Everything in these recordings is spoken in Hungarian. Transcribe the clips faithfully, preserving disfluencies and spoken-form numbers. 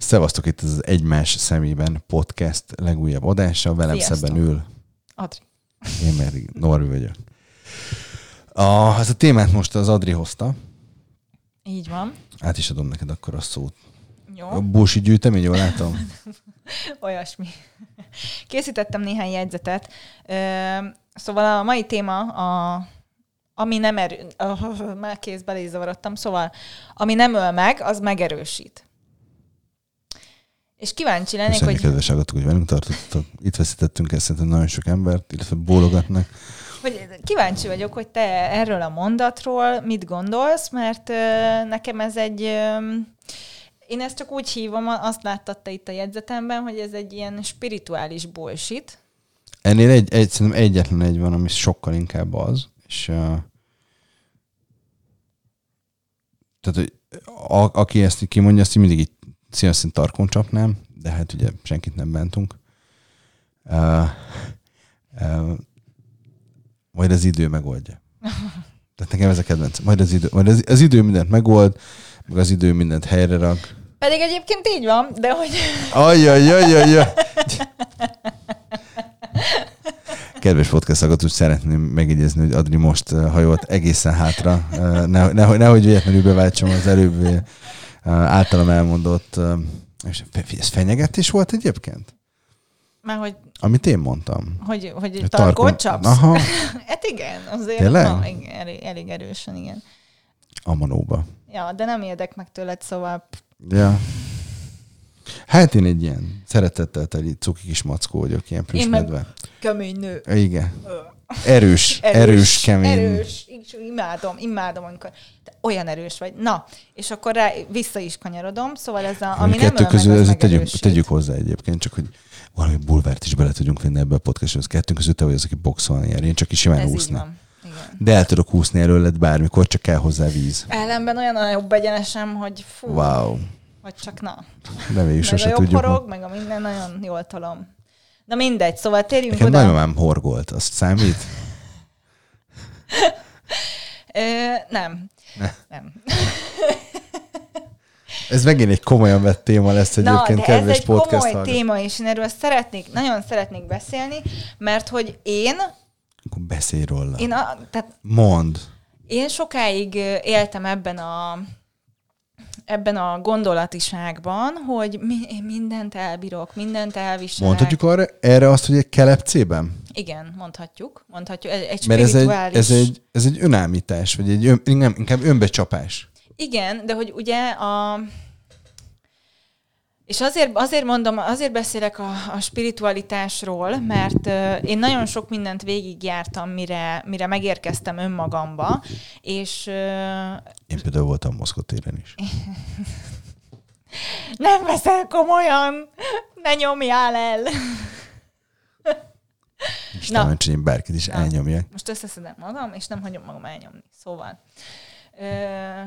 Szevasztok, itt az Egymás szemében podcast legújabb adása. Velem szemben ül Adri. Én pedig Norbi vagyok. A, az a témát most az Adri hozta. Így van. Át is adom neked akkor a szót. Jó. A bullshit gyűjtemény, jól látom? Olyasmi. Készítettem néhány jegyzetet. Szóval a mai téma, a, ami nem erő... Oh, már kész, bele is zavarodtam. Szóval, ami nem öl meg, az megerősít. És kíváncsi lennék, Köszönjük, hogy... kedves hallgatók, hogy velünk tartottatok. Itt veszítettünk ezt szerintem nagyon sok embert, illetve bólogatnak. Hogy kíváncsi vagyok, hogy te erről a mondatról mit gondolsz, mert uh, nekem ez egy... Um, én ezt csak úgy hívom, azt láttad te itt a jegyzetemben, hogy ez egy ilyen spirituális bullshit. Ennél egy, egy, szerintem egyetlen egy van, ami sokkal inkább az, és uh, tehát, hogy a, aki ezt kimondja, azt így mindig így szívesen tarkon csapnám, de hát ugye senkit nem bántunk. Uh, uh, majd az idő megoldja. Tehát nekem ez a kedvencem. Majd az idő, majd az, az idő mindent megold, meg az idő mindent helyre rak. Pedig egyébként így van, de hogy... Ajjajjajjajjaj! Kedves podcast hallgató, szeretném megjegyezni, hogy Adri most hajolt egészen hátra. Nehogy, nehogy, nehogy véletlenül beváltsam az előbb általam elmondott... És ez fenyegetés volt egyébként? Már hogy... Amit én mondtam. Hogy, hogy tarkon... tarkon csapsz? Aha. Hát igen, azért. Tényleg? Na, igen, elég, elég erősen, igen. A manóba. Ja, de nem érdek meg tőled, szóval... Ja. Hát én egy ilyen szeretettel teli cuki kis mackó vagyok, ilyen plüssmedve. Kemény nő. Igen. Erős, erős, erős, kemény. Erős, imádom, imádom, amikor te olyan erős vagy. Na, és akkor rá vissza is kanyarodom, szóval ez a, ami nem öl közül meg, az tegyük, tegyük hozzá egyébként, csak hogy valami bulvárt is bele tudjunk vinni ebbe a podcasthoz. Kettőnk között te vagy az, aki boxolni jár. Én csak is simán húszni. De el tudok húszni előled bármikor, csak kell hozzá víz. Ellenben olyan a jobb egyenesem, hogy fú. Wow. Vagy csak na. Reméljük, meg sose a tudjuk. Meg a jobb horog, meg a minden nagyon jól talom. Na mindegy, szóval térjünk Nekem oda. Nekem nagymamám horgolt, azt számít? Ö, nem. Ne. Nem. Ez megint egy komolyan vett téma lesz egyébként, Na, kedves ez egy podcast komoly hallgat. téma, és én erről szeretnék, nagyon szeretnék beszélni, mert hogy én... Akkor beszélj róla. Én a, tehát Mondd. Én sokáig éltem ebben a, ebben a gondolatiságban, hogy mi, én mindent elbírok, mindent elviselek. Mondhatjuk arra, erre azt, hogy egy kelepcében? Igen, mondhatjuk. mondhatjuk. Egy Mert ez egy, spirituális... ez, egy, ez egy önállítás, vagy egy ön, nem, inkább önbecsapás. Igen, de hogy ugye a... És azért, azért mondom, azért beszélek a, a spiritualitásról, mert uh, én nagyon sok mindent végigjártam, mire, mire megérkeztem önmagamba, és... Uh, én például voltam Moszkvatéren is. Nem veszel komolyan! Ne nyomjál el! És nem csak én bárkit is na, elnyomják. Most összeszedem magam, és nem hagyom magam elnyomni. Szóval... Uh,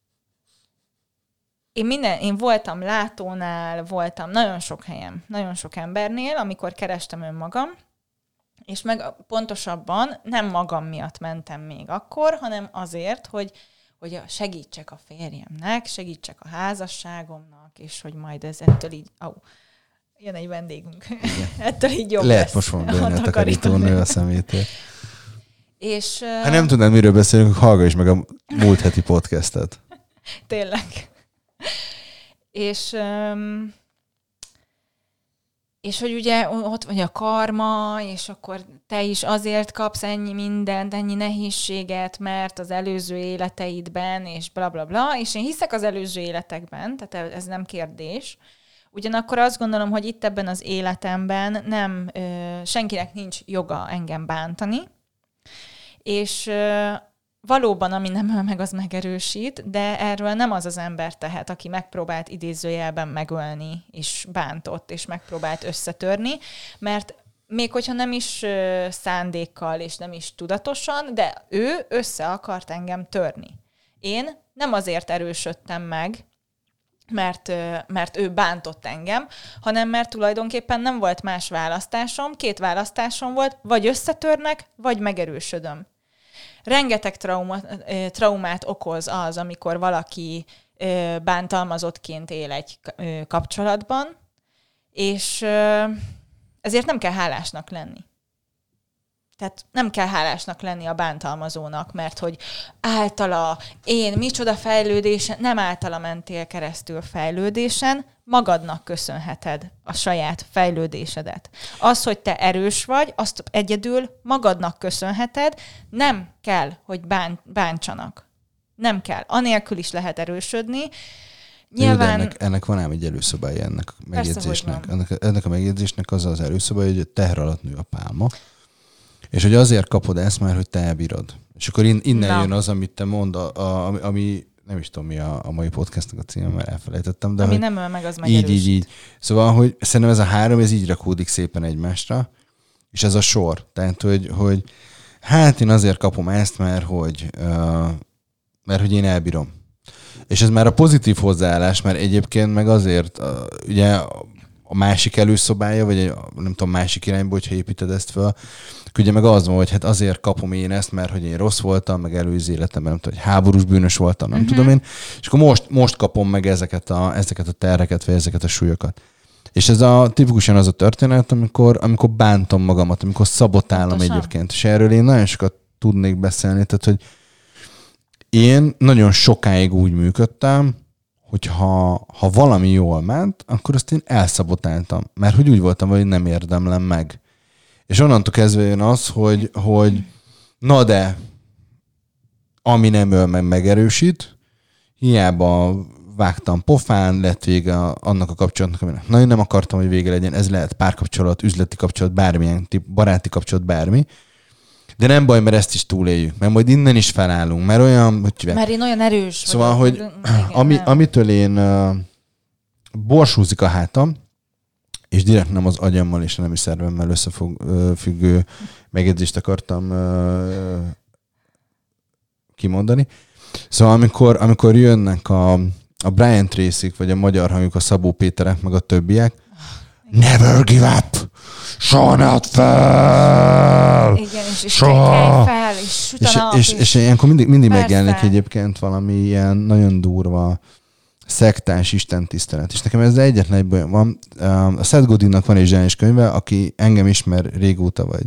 Én, minden, én voltam látónál, voltam nagyon sok helyen, nagyon sok embernél, amikor kerestem önmagam, és meg pontosabban nem magam miatt mentem még akkor, hanem azért, hogy, hogy segítsek a férjemnek, segítsek a házasságomnak, és hogy majd ez ettől így, au, jön egy vendégünk, ettől így jobb lehet lesz. Most van benne a takarítónő a szemétől. És, ha nem tudnád, miről beszélünk, hallgass meg a múlt heti podcastet. Tényleg. És, és hogy ugye ott vagy a karma, és akkor te is azért kapsz ennyi mindent, ennyi nehézséget, mert az előző életeidben, és bla bla bla, és én hiszek az előző életekben, tehát ez nem kérdés. Ugyanakkor azt gondolom, hogy itt ebben az életemben nem, senkinek nincs joga engem bántani, és valóban, ami nem öl meg, az megerősít, de erről nem az az ember tehet, aki megpróbált idézőjelben megölni, és bántott, és megpróbált összetörni, mert még hogyha nem is szándékkal, és nem is tudatosan, de ő össze akart engem törni. Én nem azért erősödtem meg, mert, mert ő bántott engem, hanem mert tulajdonképpen nem volt más választásom, két választásom volt, vagy összetörnek, vagy megerősödöm. Rengeteg trauma, traumát okoz az, amikor valaki bántalmazottként él egy kapcsolatban, és ezért nem kell hálásnak lenni. Tehát nem kell hálásnak lenni a bántalmazónak, mert hogy általa én micsoda fejlődésen, nem általa mentél keresztül fejlődésen, magadnak köszönheted a saját fejlődésedet. Az, hogy te erős vagy, azt egyedül magadnak köszönheted, nem kell, hogy bán, bántsanak. Nem kell. Anélkül is lehet erősödni. Nyilván... Ennek, ennek van ám egy előszobája ennek a megjegyzésnek. Ennek, ennek a megjegyzésnek az az előszobája, hogy a teher alatt nő a pálma, és hogy azért kapod ezt már, hogy te elbírod. És akkor in, innen Na. jön az, amit te mond, a, a, ami nem is tudom, mi a, a mai podcastnak a címe, mert elfelejtettem. De ami hogy nem öl meg, az megerősít. Így, így, így. Szóval, hogy szerintem ez a három, ez így rakódik szépen egymásra, és ez a sor. Tehát, hogy, hogy hát én azért kapom ezt, mert hogy, uh, mert hogy én elbírom. És ez már a pozitív hozzáállás, mert egyébként meg azért, uh, ugye a másik előszobája, vagy a, nem tudom, másik irányból, hogyha építed ezt fel, ugye meg az van, hogy hát azért kapom én ezt, mert hogy én rossz voltam, meg előző életemben, nem tudom, hogy háborús bűnös voltam, nem uh-huh. tudom én, és akkor most, most kapom meg ezeket a, ezeket a terreket, vagy ezeket a súlyokat. És ez a tipikusan az a történet, amikor, amikor bántom magamat, amikor szabotálom Pontosan. Egyébként. És erről én nagyon sokat tudnék beszélni, tehát, hogy én nagyon sokáig úgy működtem, hogy ha, ha valami jól ment, akkor azt én elszabotáltam. Mert hogy úgy voltam, hogy nem érdemlem meg. És onnantól kezdve jön az, hogy, hogy na de, ami nem öl meg, megerősít, hiába vágtam pofán, lett vége annak a kapcsolatnak, aminek nagyon nem akartam, hogy vége legyen. Ez lehet párkapcsolat, üzleti kapcsolat, bármilyen tip, baráti kapcsolat, bármi. De nem baj, mert ezt is túléljük, mert majd innen is felállunk, mert olyan... Hogy mert én olyan erős szóval, vagyok. Szóval, hogy igen, ami, amitől én uh, borsúzik a hátam, és direkt nem az agyammal és nem is szervemmel összefüggő megjegyzést akartam uh, kimondani. Szóval amikor, amikor jönnek a, a Brian Tracy-k, vagy a magyar hangjuk, a Szabó Péterek, meg a többiek, never give up! Soha ne add fel! Igen, és, és kelj fel, és és, utána... És, és, és ilyenkor mindig, mindig megjelenik egyébként valami ilyen nagyon durva szektás istentisztelet. És nekem ez egyetlen egy bajom van. A Seth Godinnak van egy zseniális könyve, aki engem ismer régóta, vagy,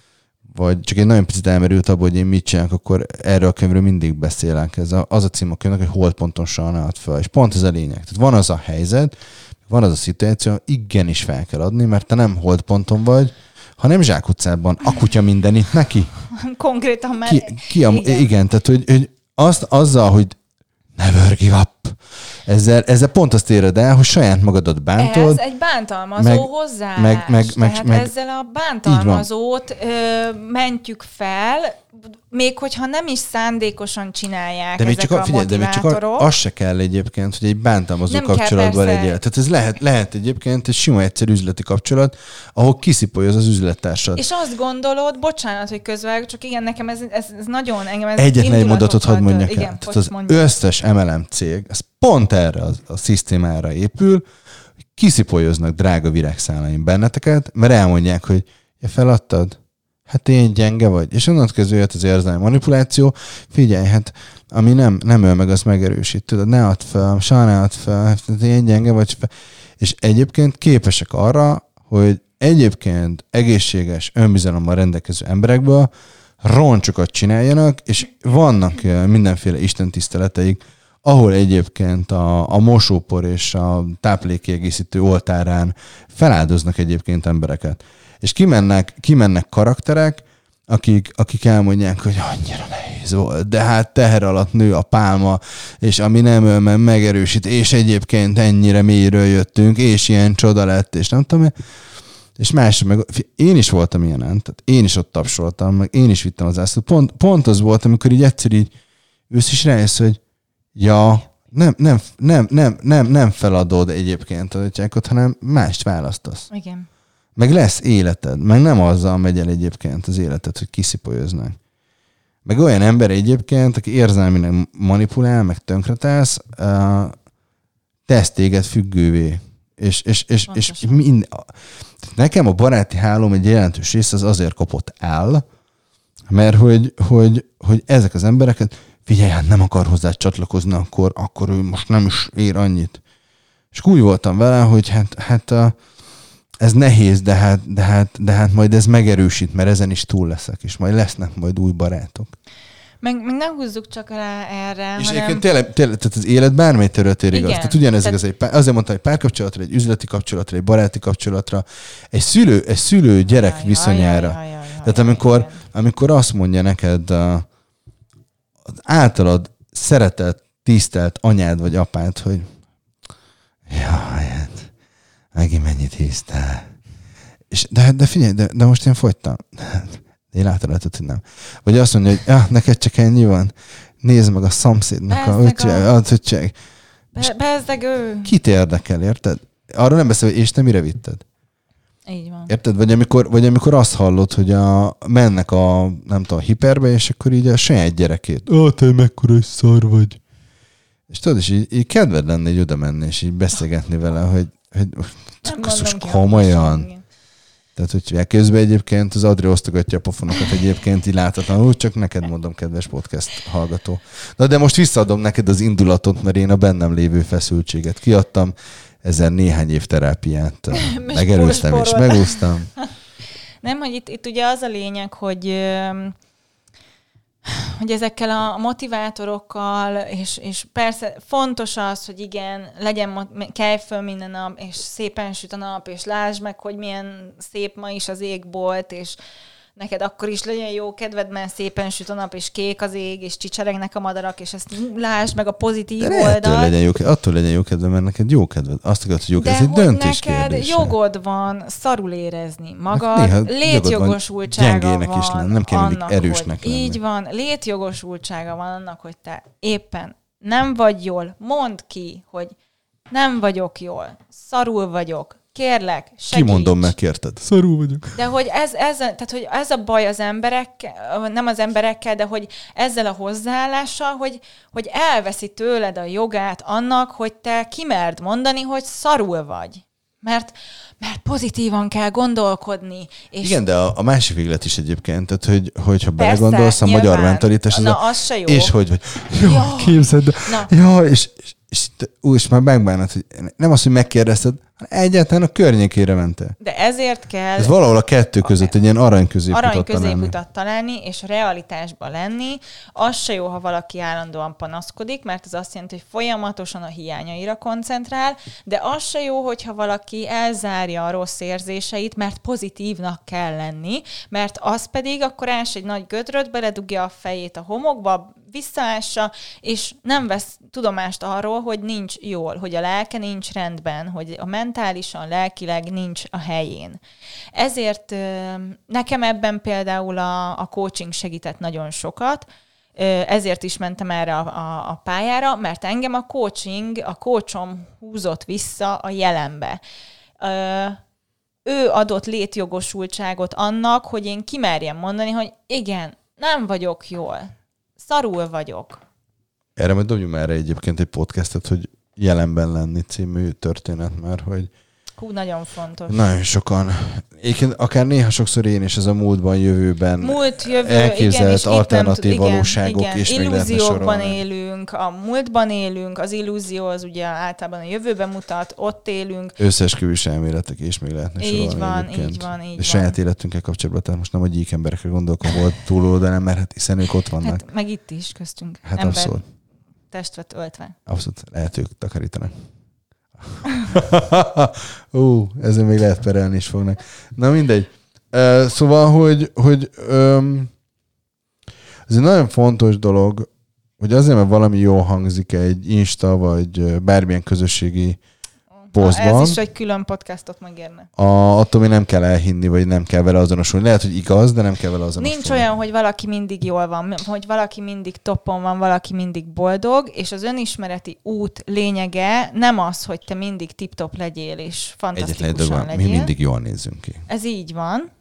vagy csak egy nagyon picit elmerült abban, hogy én mit csinálok, akkor erről a könyvről mindig beszélek. Ez a, az a cím a könyvnek, hogy holdponton soha ne add fel. És pont ez a lényeg. Tehát van az a helyzet, van az a szituáció, igenis fel kell adni, mert te nem holdponton vagy, hanem zsákutcában. A kutya mindenit neki. Konkrétan már... Ki, ki a, igen. igen, tehát hogy, hogy azt, azzal, hogy never give up. Ezzel, ezzel pont azt éred el, hogy saját magadat bántod. Ez egy bántalmazó meg, hozzáállás. Meg, meg, meg, Tehát meg, ezzel a bántalmazót ö, mentjük fel, még hogyha nem is szándékosan csinálják de ezek csak a, a figyelj, motivátorok. De még csak az se kell egyébként, hogy egy bántalmazó nem kapcsolatban legyél. Tehát ez lehet, lehet egyébként egy sima egyszerű üzleti kapcsolat, ahol kiszipolja az üzlettársad. És azt gondolod, bocsánat, hogy közvágok, csak igen, nekem ez, ez, ez nagyon engem ez egyetlen egy mondatot hadd mondjak el. Tehát az összes em el em cég, ez pont erre a, a szisztémára épül, hogy kiszipolyoznak drága virágszálaim benneteket, mert elmondják, hogy ja, feladtad? Hát én gyenge vagy. És onnan kezdve jött az érzelmi manipuláció. Figyelj, hát ami nem, nem öl meg, az megerősít. Tudod, ne add fel, soha ne add fel, hát én gyenge vagy. És egyébként képesek arra, hogy egyébként egészséges önbizalommal rendelkező emberekből roncsokat csináljanak, és vannak mindenféle istentiszteleteik, ahol egyébként a, a mosópor és a táplálékkiegészítő oltárán feláldoznak egyébként embereket. És kimennek, kimennek karakterek, akik, akik elmondják, hogy annyira nehéz volt, de hát teher alatt nő a pálma, és ami nem öl, meg megerősít, és egyébként ennyire mélyről jöttünk, és ilyen csoda lett, és nem tudom, és más, meg én is voltam ilyenen, tehát én is ott tapsoltam, meg én is vittem az ászlót. Pont, pont az volt, amikor így egyszer így ősz is rájössz, hogy ja, nem, nem, nem, nem, nem, nem feladod egyébként a atyákot, hanem mást választasz. Igen. Meg lesz életed, meg nem azzal megy el egyébként az életed, hogy kiszipolyoznak. Meg olyan ember egyébként, aki érzelmileg manipulál, meg tönkretálsz, uh, tesz téged függővé. És, és, és, és mind, nekem a baráti hálóm egy jelentős része az azért kapott el, mert hogy, hogy, hogy ezek az embereket, figyelj, hát nem akar hozzá csatlakozni, akkor, akkor ő most nem is ér annyit. És úgy voltam vele, hogy hát, hát a, ez nehéz, de hát, de, hát, de hát majd ez megerősít, mert ezen is túl leszek, és majd lesznek majd új barátok. Meg, meg nem húzzuk csak rá erre, és hanem... egyébként tényleg, tényleg, tehát az élet bármely területére igaz. Tehát ugyanezek tehát... az egy, azért mondtam, egy párkapcsolatra, egy üzleti kapcsolatra, egy baráti kapcsolatra, egy szülő, egy szülő-gyerek jaj, viszonyára. Jaj, jaj, jaj, jaj, tehát amikor, amikor azt mondja neked a, az általad szeretett, tisztelt anyád vagy apád, hogy jaj, hát megint mennyit hisztál. És de, de figyelj, de, de most én fogytam. Én általában hogy nem. Vagy azt mondja, hogy ah, neked csak ennyi van. Nézd meg a szomszédnak a ötcseg. Bezzeg ő. Kit érdekel, érted? Arra nem beszél, és te mire vitted? Így van. Érted? Vagy amikor, vagy amikor azt hallod, hogy a, mennek a, nem tudom, a hiperbe, és akkor így a saját gyerekét. Ó, te mekkora egy szar vagy. És tudod, és így, így kedved lenne, hogy oda menni, és így beszélgetni vele, hogy, hogy most komolyan. Tehát, hogy közben egyébként az Adri osztogatja a pofonokat egyébként, így láthatatlanul, csak neked mondom, kedves podcast hallgató. Na de most visszaadom neked az indulatot, mert én a bennem lévő feszültséget kiadtam, ezer néhány év terápiát megelőztem és megúsztam. Nem, hogy itt, itt ugye az a lényeg, hogy, hogy ezekkel a motivátorokkal, és, és persze fontos az, hogy igen, legyen, kelj föl minden nap, és szépen süt a nap, és lásd meg, hogy milyen szép ma is az égbolt, és neked akkor is legyen jó kedved, mert szépen süt a nap, és kék az ég, és csicseregnek a madarak, és ezt lásd meg a pozitív de oldalt. Attól legyen jó, attól legyen jó kedved, mert neked jó kedved. Azt akarod, hogy jó kedved, ez egy döntés kérdése. De neked jogod van szarul érezni magad, létjogosultsága van, is lenni, nem kell annak, erősnek lenni. Így van, létjogosultsága van annak, hogy te éppen nem vagy jól, mondd ki, hogy nem vagyok jól, szarul vagyok, kérlek, segíts. Kimondom meg, érted? Szarul vagyok. De hogy ez, ez, tehát, hogy ez a baj az emberekkel, nem az emberekkel, de hogy ezzel a hozzáállással, hogy, hogy elveszi tőled a jogát annak, hogy te kimerd mondani, hogy szarul vagy. Mert, mert pozitívan kell gondolkodni. És igen, de a, a másik véglet is egyébként, tehát hogy, hogyha persze, belegondolsz a nyilván, magyar mentalitás, na, az, az se jó. És hogy, hogy jó, jó. Képzeld, jó, és, és, és, és már megbánod, hogy nem az, hogy megkérdezted, hanem egyáltalán a környékére mentél. De ezért kell... Ez valahol a kettő között egy ilyen arany középutat arany középutat találni, és realitásban lenni. Az se jó, ha valaki állandóan panaszkodik, mert ez azt jelenti, hogy folyamatosan a hiányaira koncentrál, de az se jó, hogyha valaki elzárja a rossz érzéseit, mert pozitívnak kell lenni, mert az pedig akkor ás egy nagy gödröt, beledugja a fejét a homokba, visszaássa, és nem vesz tudomást arról, hogy nincs jól, hogy a lelke nincs rendben, hogy a mentálisan, lelkileg nincs a helyén. Ezért nekem ebben például a, a coaching segített nagyon sokat, ezért is mentem erre a, a, a pályára, mert engem a coaching, a coachom húzott vissza a jelenbe. Ő adott létjogosultságot annak, hogy én kimerjem mondani, hogy igen, nem vagyok jól. Szarul vagyok. Erre majd dobjunk erre egyébként egy podcastet, hogy jelenben lenni című történet, mert hogy hú, nagyon fontos. Nagyon sokan. Éken, akár néha sokszor én is ez a múltban, jövőben múlt, jövő, elképzelt igen, alternatív igen, valóságok igen. is illúziókban élünk, a múltban élünk, az illúzió az ugye általában a jövőben mutat, ott élünk. Összeesküvés elméletek és még lehetne sorolni. Így van, egyébként. így van, így és van. saját életünkkel kapcsolatban, tehát most nem a gyík emberekre gondolkom volt túloldalán, mert hát hiszen ők ott vannak. Hát meg itt is köztünk. Hát ember abszolút. Testet öltve. Abszolút lehet ők takarítanak. Ú, ezzel még lehet perelni is fognak. Na mindegy. Uh, szóval, hogy, hogy um, ez egy nagyon fontos dolog, hogy azért, mert valami jól hangzik egy Insta, vagy bármilyen közösségi posztban. Ez is egy külön podcastot megérne. A, attól még nem kell elhinni, vagy nem kell vele azonosulni. Lehet, hogy igaz, de nem kell vele azonosulni. Nincs olyan, hogy valaki mindig jól van, hogy valaki mindig toppon van, valaki mindig boldog, és az önismereti út lényege nem az, hogy te mindig tip-top legyél, és fantasztikusan legyél. Mi mindig jól nézzünk ki. Ez így van.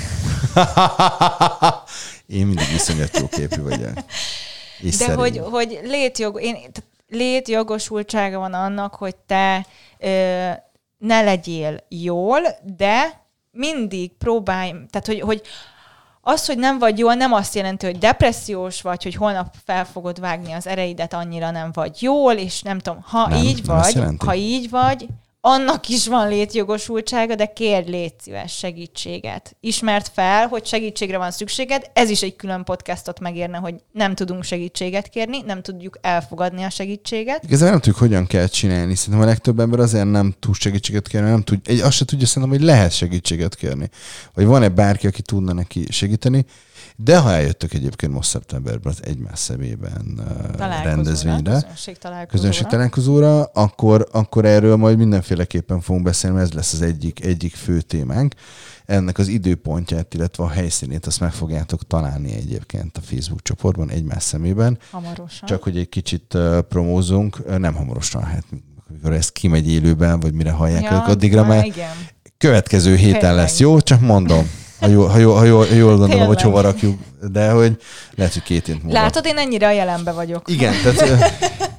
Én mindig iszonyat jó képű vagyok. De hogy, hogy létjog, én, létjogosultsága van annak, hogy te ö, ne legyél jól, de mindig próbálj, tehát hogy, hogy az, hogy nem vagy jól, nem azt jelenti, hogy depressziós vagy, hogy holnap fel fogod vágni az ereidet, annyira nem vagy jól, és nem tudom, ha nem, így nem vagy, ha így vagy, annak is van létjogosultsága, de kérd légy szíves segítséget. Ismerd fel, hogy segítségre van szükséged, ez is egy külön podcastot megérne, hogy nem tudunk segítséget kérni, nem tudjuk elfogadni a segítséget. Igazából nem tudjuk, hogyan kell csinálni. Szerintem a legtöbb ember azért nem tud segítséget kérni, nem tud, egy, azt se tudja szerintem, hogy lehet segítséget kérni. Vagy van-e bárki, aki tudna neki segíteni. De ha eljöttök egyébként most szeptemberben az Egymás szemében rendezvényre, közönségtalálkozóra, közönségtalálkozóra, akkor, akkor erről majd mindenféleképpen fogunk beszélni, ez lesz az egyik, egyik fő témánk. Ennek az időpontját, illetve a helyszínét azt meg fogjátok találni egyébként a Facebook csoportban, Egymás szemében. Hamarosan. Csak hogy egy kicsit uh, promózunk, nem hamarosan, hát amikor ez kimegy élőben, vagy mire hallják ja, ők, addigra már igen. következő héten Tényleg. lesz, jó? Csak mondom. Ha jól, ha jól, ha jól, ha jól gondolom, Tényleg. hogy hova rakjuk, de hogy lehet, hogy két év múlva. Látod, én ennyire a jelenbe vagyok. Igen, tehát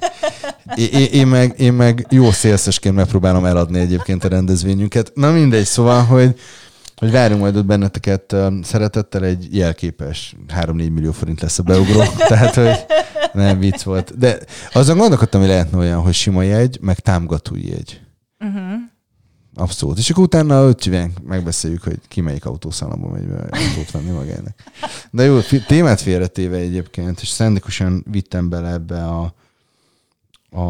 én, én, meg, én meg jó szélszesként megpróbálom eladni egyébként a rendezvényünket. Na mindegy, szóval, hogy, hogy várjunk majd ott benneteket szeretettel, egy jelképes három-négy millió forint lesz a beugró, tehát, hogy nem vicc volt. De azon gondolkodtam, hogy lehetne olyan, hogy sima jegy, meg támogatói jegy. Uh-huh. Abszolút. És akkor utána ötven megbeszéljük, hogy ki melyik autószalomba megy autót venni magának. De jó, témát félretéve egyébként, és szándékosan vittem bele ebbe a, a,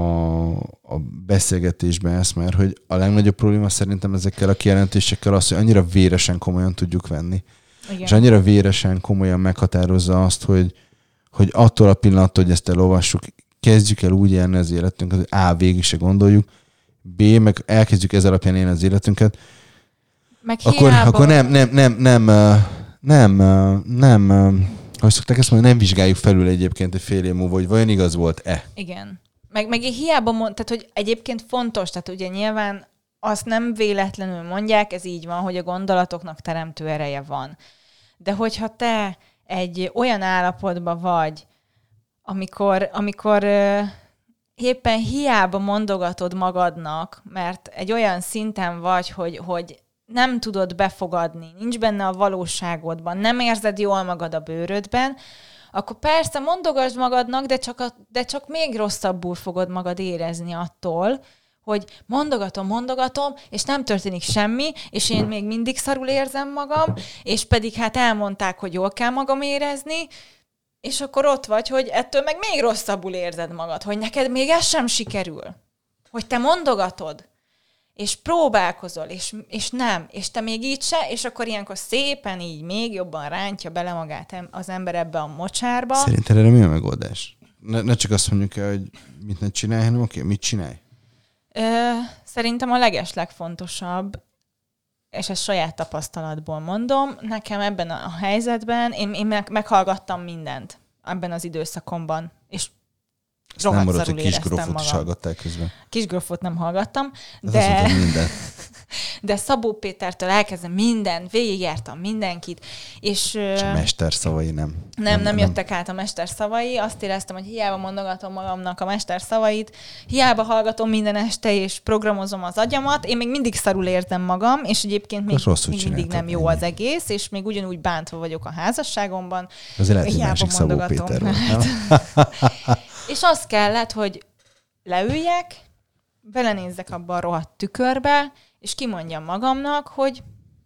a beszélgetésbe ezt, mert hogy a legnagyobb probléma szerintem ezekkel a kijelentésekkel az, hogy annyira véresen komolyan tudjuk venni. Igen. És annyira véresen komolyan meghatározza azt, hogy, hogy attól a pillanattól, hogy ezt elolvassuk, kezdjük el úgy élni az életünket, hogy A, végig se gondoljuk, B, meg elkezdjük ez alapján élni az életünket, meg akkor, akkor nem, nem, nem, nem, nem, nem, nem, hogy szokták ezt mondani, nem vizsgáljuk felül egyébként egy fél év múlva, hogy vajon igaz volt-e. Igen. Meg, meg hiába mond, tehát hogy egyébként fontos, tehát ugye nyilván azt nem véletlenül mondják, ez így van, hogy a gondolatoknak teremtő ereje van. De hogyha te egy olyan állapotban vagy, amikor, amikor éppen hiába mondogatod magadnak, mert egy olyan szinten vagy, hogy, hogy nem tudod befogadni, nincs benne a valóságodban, nem érzed jól magad a bőrödben, akkor persze mondogasd magadnak, de csak, a, de csak még rosszabbul fogod magad érezni attól, hogy mondogatom, mondogatom, és nem történik semmi, és én még mindig szarul érzem magam, és pedig hát elmondták, hogy jól kell magam érezni, és akkor ott vagy, hogy ettől meg még rosszabbul érzed magad, hogy neked még ez sem sikerül. Hogy te mondogatod, és próbálkozol, és, és nem, és te még így se, és akkor ilyenkor szépen így még jobban rántja bele magát az ember ebbe a mocsárba. Szerinted erre mi a megoldás? Ne, ne csak azt mondjuk el, hogy mit ne csinálj, hanem oké, mit csinálj? Ö, szerintem a legeslegfontosabb, és ezt saját tapasztalatból mondom, nekem ebben a helyzetben, én, én meg, meghallgattam mindent ebben az időszakomban, és rohadt szarul éreztem magam. Kis is hallgattál közben. Kis grófot nem hallgattam, ez de, de Szabó Pétertől elkezdem mindent, végigjártam mindenkit, és... És a mester szavai nem. Nem, nem, nem jöttek át a mester szavai, azt éreztem, hogy hiába mondogatom magamnak a mester szavait, hiába hallgatom minden este, és programozom az agyamat, én még mindig szarul érzem magam, és egyébként még, még mindig nem jó ennyi. Az egész, és még ugyanúgy bántva vagyok a házasságomban. Azért lehet, hogy másik Szabó Péter volt, És az kellett, hogy leüljek, belenézzek abba a rohadt tükörbe, és kimondjam magamnak, hogy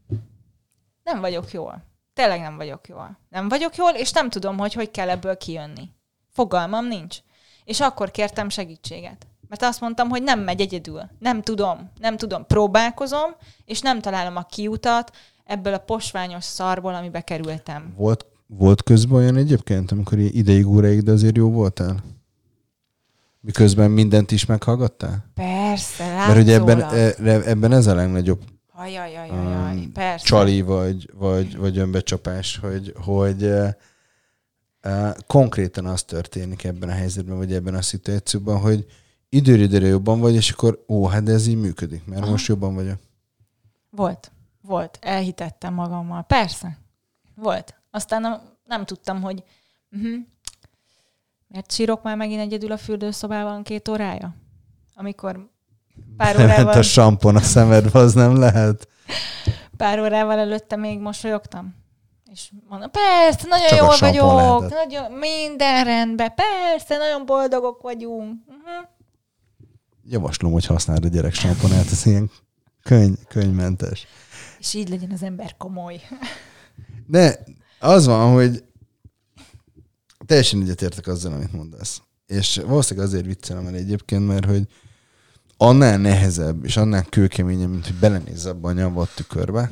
nem vagyok jól. Tényleg nem vagyok jól. Nem vagyok jól, és nem tudom, hogy hogy kell ebből kijönni. Fogalmam nincs. És akkor kértem segítséget. Mert azt mondtam, hogy nem megy egyedül. Nem tudom. Nem tudom. Próbálkozom, és nem találom a kiutat ebből a posványos szarból, amibe kerültem. Volt, volt közben olyan egyébként, amikor ideig, óráig, de azért jó voltál? Miközben mindent is meghallgattál? Persze, látszólag. Mert ugye ebben, ebben ez a legnagyobb Ajajajajaj, um, persze. Csali vagy, vagy, vagy önbecsapás, hogy, hogy uh, uh, konkrétan az történik ebben a helyzetben, vagy ebben a szituációban, hogy időre-időre jobban vagy, és akkor ó, hát ez így működik, mert Aha. most jobban vagyok. Volt, volt. Elhitettem magammal. Persze, volt. Aztán nem, nem tudtam, hogy uh-huh. mert sírok már megint egyedül a fürdőszobában két órája? Amikor pár órával... Ment a sampon a szemedbe, az nem lehet. Pár órával előtte még mosolyogtam. És mondom, persze, nagyon Csak jól a vagyok, nagyon, minden rendben, persze, nagyon boldogok vagyunk. Uh-huh. Javaslom, hogy használd a gyerek samponát, ez ilyen könyv, könyvmentes. És így legyen az ember komoly. De az van, hogy teljesen egyetértek azzal, amit mondasz. És valószínűleg azért viccelem el egyébként, mert hogy annál nehezebb, és annál kőkeményebb, mint hogy belenézz abba a nyomvat tükörbe.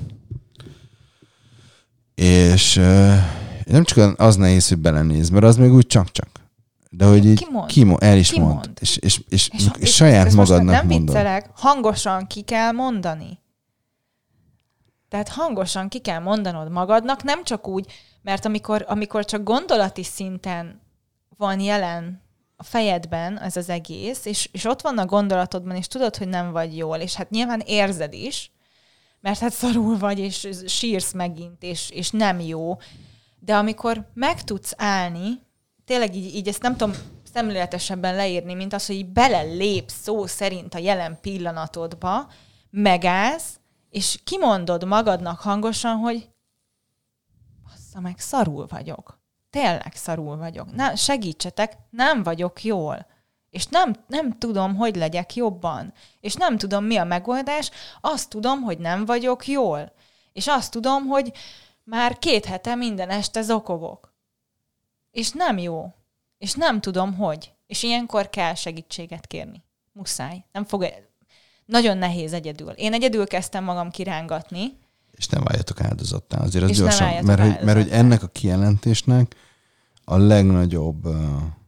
És uh, nem csak az nehéz, hogy belenéz, mert az még úgy csak-csak. De hogy így Kimond. Kimond, el is Kimond. mond. És, és, és, és, és, és saját és magadnak nem mondod. viccelek, hangosan ki kell mondani. Tehát hangosan ki kell mondanod magadnak, nem csak úgy, mert amikor, amikor csak gondolati szinten van jelen a fejedben ez az egész, és, és ott van a gondolatodban, és tudod, hogy nem vagy jól, és hát nyilván érzed is, mert hát szarul vagy, és sírsz megint, és, és nem jó. De amikor meg tudsz állni, tényleg így, így ezt nem tudom szemléletesebben leírni, mint az, hogy így belelépsz szó szerint a jelen pillanatodba, megállsz, és kimondod magadnak hangosan, hogy bassza meg, szarul vagyok. Tényleg szarul vagyok. Na, segítsetek, nem vagyok jól. És nem, nem tudom, hogy legyek jobban. És nem tudom, mi a megoldás. Azt tudom, hogy nem vagyok jól. És azt tudom, hogy már két hete minden este zokogok. És nem jó. És nem tudom, hogy. És ilyenkor kell segítséget kérni. Muszáj. Nem fog... Nagyon nehéz egyedül. Én egyedül kezdtem magam kirángatni. És nem váljatok áldozattá. Azért az És gyorsan, mert hogy, mert hogy ennek a kijelentésnek a legnagyobb uh,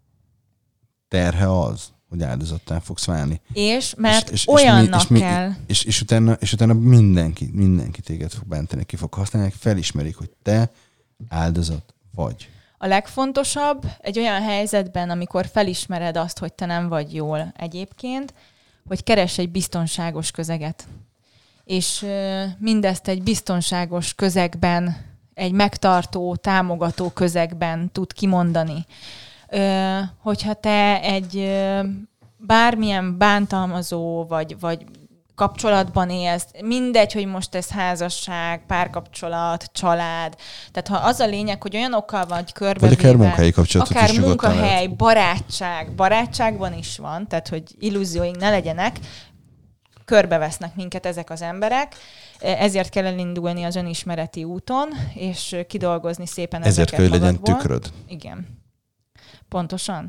terhe az, hogy áldozattá fogsz válni. És mert és, és, olyannak és mi, és kell. Mi, és, és, utána, és utána mindenki, mindenki téged fog bántani, ki fog használni, felismerik, hogy te áldozat vagy. A legfontosabb egy olyan helyzetben, amikor felismered azt, hogy te nem vagy jól egyébként, hogy keress egy biztonságos közeget. És mindezt egy biztonságos közegben, egy megtartó, támogató közegben tud kimondani. Hogyha te egy bármilyen bántalmazó vagy, vagy kapcsolatban élsz, mindegy, hogy most ez házasság, párkapcsolat, család. Tehát ha az a lényeg, hogy olyanokkal vagy körbevéve, vagy akár munkahelyi kapcsolatot akár is munkahely, barátság, barátságban is van, tehát hogy illúzióink ne legyenek, körbevesznek minket ezek az emberek, ezért kell elindulni az önismereti úton, és kidolgozni szépen ezeket ezért kell, hogy legyen magadból. tükröd. Igen. Pontosan.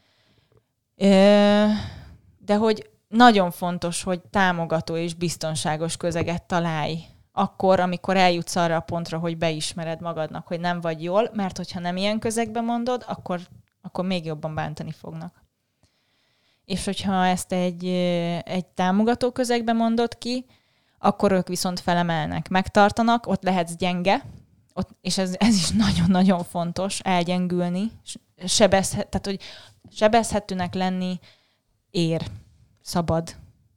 De hogy nagyon fontos, hogy támogató és biztonságos közeget találj akkor, amikor eljutsz arra a pontra, hogy beismered magadnak, hogy nem vagy jól, mert hogyha nem ilyen közegben mondod, akkor, akkor még jobban bántani fognak. És hogyha ezt egy, egy támogató közegben mondod ki, akkor ők viszont felemelnek, megtartanak, ott lehetsz gyenge, ott, és ez, ez is nagyon-nagyon fontos, elgyengülni, sebezhet, tehát hogy sebezhetőnek lenni ér, szabad.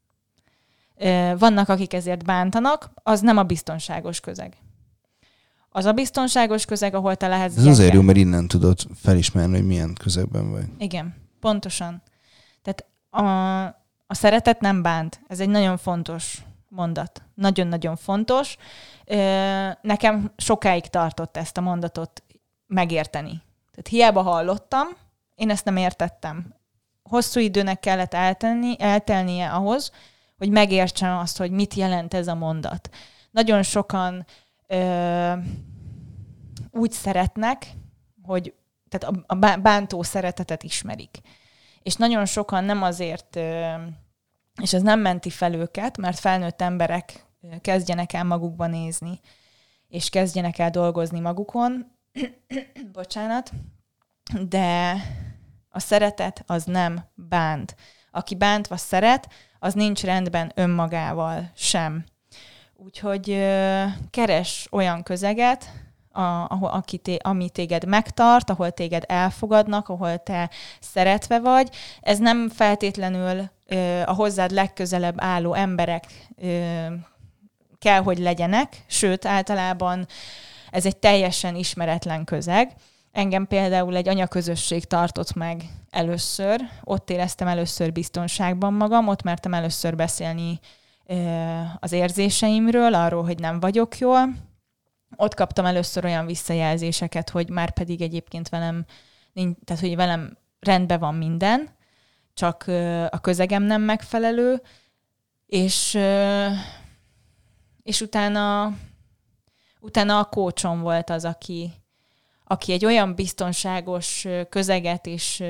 Vannak, akik ezért bántanak, az nem a biztonságos közeg. Az a biztonságos közeg, ahol te lehetsz gyenge. Ez azért jó, mert innen tudod felismerni, hogy milyen közegben vagy. Igen, pontosan. Tehát a, a szeretet nem bánt. Ez egy nagyon fontos mondat. Nagyon-nagyon fontos. Nekem sokáig tartott ezt a mondatot megérteni. Tehát hiába hallottam, én ezt nem értettem. Hosszú időnek kellett eltenni, eltelnie ahhoz, hogy megértsem azt, hogy mit jelent ez a mondat. Nagyon sokan ö, úgy szeretnek, hogy tehát a, a bántó szeretetet ismerik. És nagyon sokan nem azért, ö, és ez nem menti fel őket, mert felnőtt emberek kezdjenek el magukba nézni, és kezdjenek el dolgozni magukon. Bocsánat. De a szeretet az nem bánt. Aki bántva szeret, az nincs rendben önmagával sem. Úgyhogy ö, keres olyan közeget, a, ahol, aki té, ami téged megtart, ahol téged elfogadnak, ahol te szeretve vagy. Ez nem feltétlenül ö, a hozzád legközelebb álló emberek ö, kell, hogy legyenek, sőt, általában ez egy teljesen ismeretlen közeg. Engem például egy anyaközösség tartott meg először, ott éreztem először biztonságban magam, ott mertem először beszélni ö, az érzéseimről, arról, hogy nem vagyok jól, ott kaptam először olyan visszajelzéseket, hogy már pedig egyébként velem, tehát hogy velem rendben van minden, csak a közegem nem megfelelő, és, és utána, utána a coachom volt az, aki, aki egy olyan biztonságos közeget és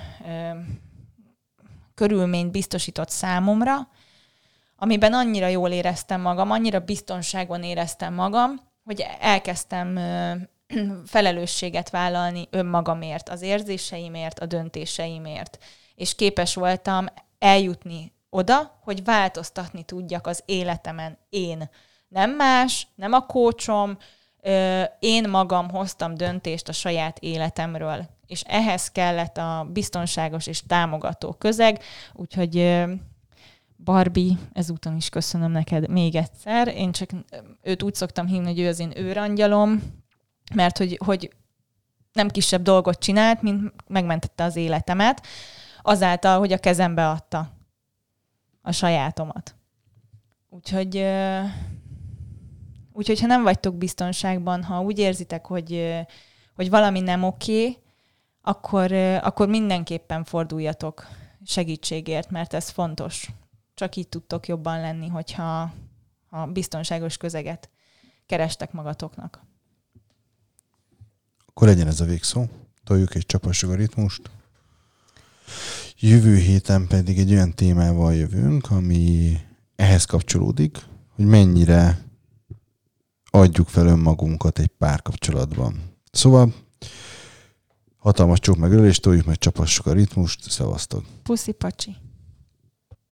körülményt biztosított számomra, amiben annyira jól éreztem magam, annyira biztonságban éreztem magam, hogy elkezdtem felelősséget vállalni önmagamért, az érzéseimért, a döntéseimért, és képes voltam eljutni oda, hogy változtatni tudjak az életemen én. Nem más, nem a coachom, én magam hoztam döntést a saját életemről, és ehhez kellett a biztonságos és támogató közeg, úgyhogy Barbie, ezúton is köszönöm neked még egyszer. Én csak őt úgy szoktam hívni, hogy ő az én őrangyalom, mert hogy, hogy nem kisebb dolgot csinált, mint megmentette az életemet, azáltal, hogy a kezembe adta a sajátomat. Úgyhogy, úgyhogy ha nem vagytok biztonságban, ha úgy érzitek, hogy, hogy valami nem oké, akkor, akkor mindenképpen forduljatok segítségért, mert ez fontos. Csak így tudtok jobban lenni, hogyha ha biztonságos közeget kerestek magatoknak. Akkor legyen ez a végszó. Toljuk egy csapassuk a ritmust. Jövő héten pedig egy olyan témával jövünk, ami ehhez kapcsolódik, hogy mennyire adjuk fel önmagunkat egy párkapcsolatban. Szóval hatalmas csók meg ölést, toljuk meg, csapassuk a ritmust. Szevasztok! Puszi pacsi!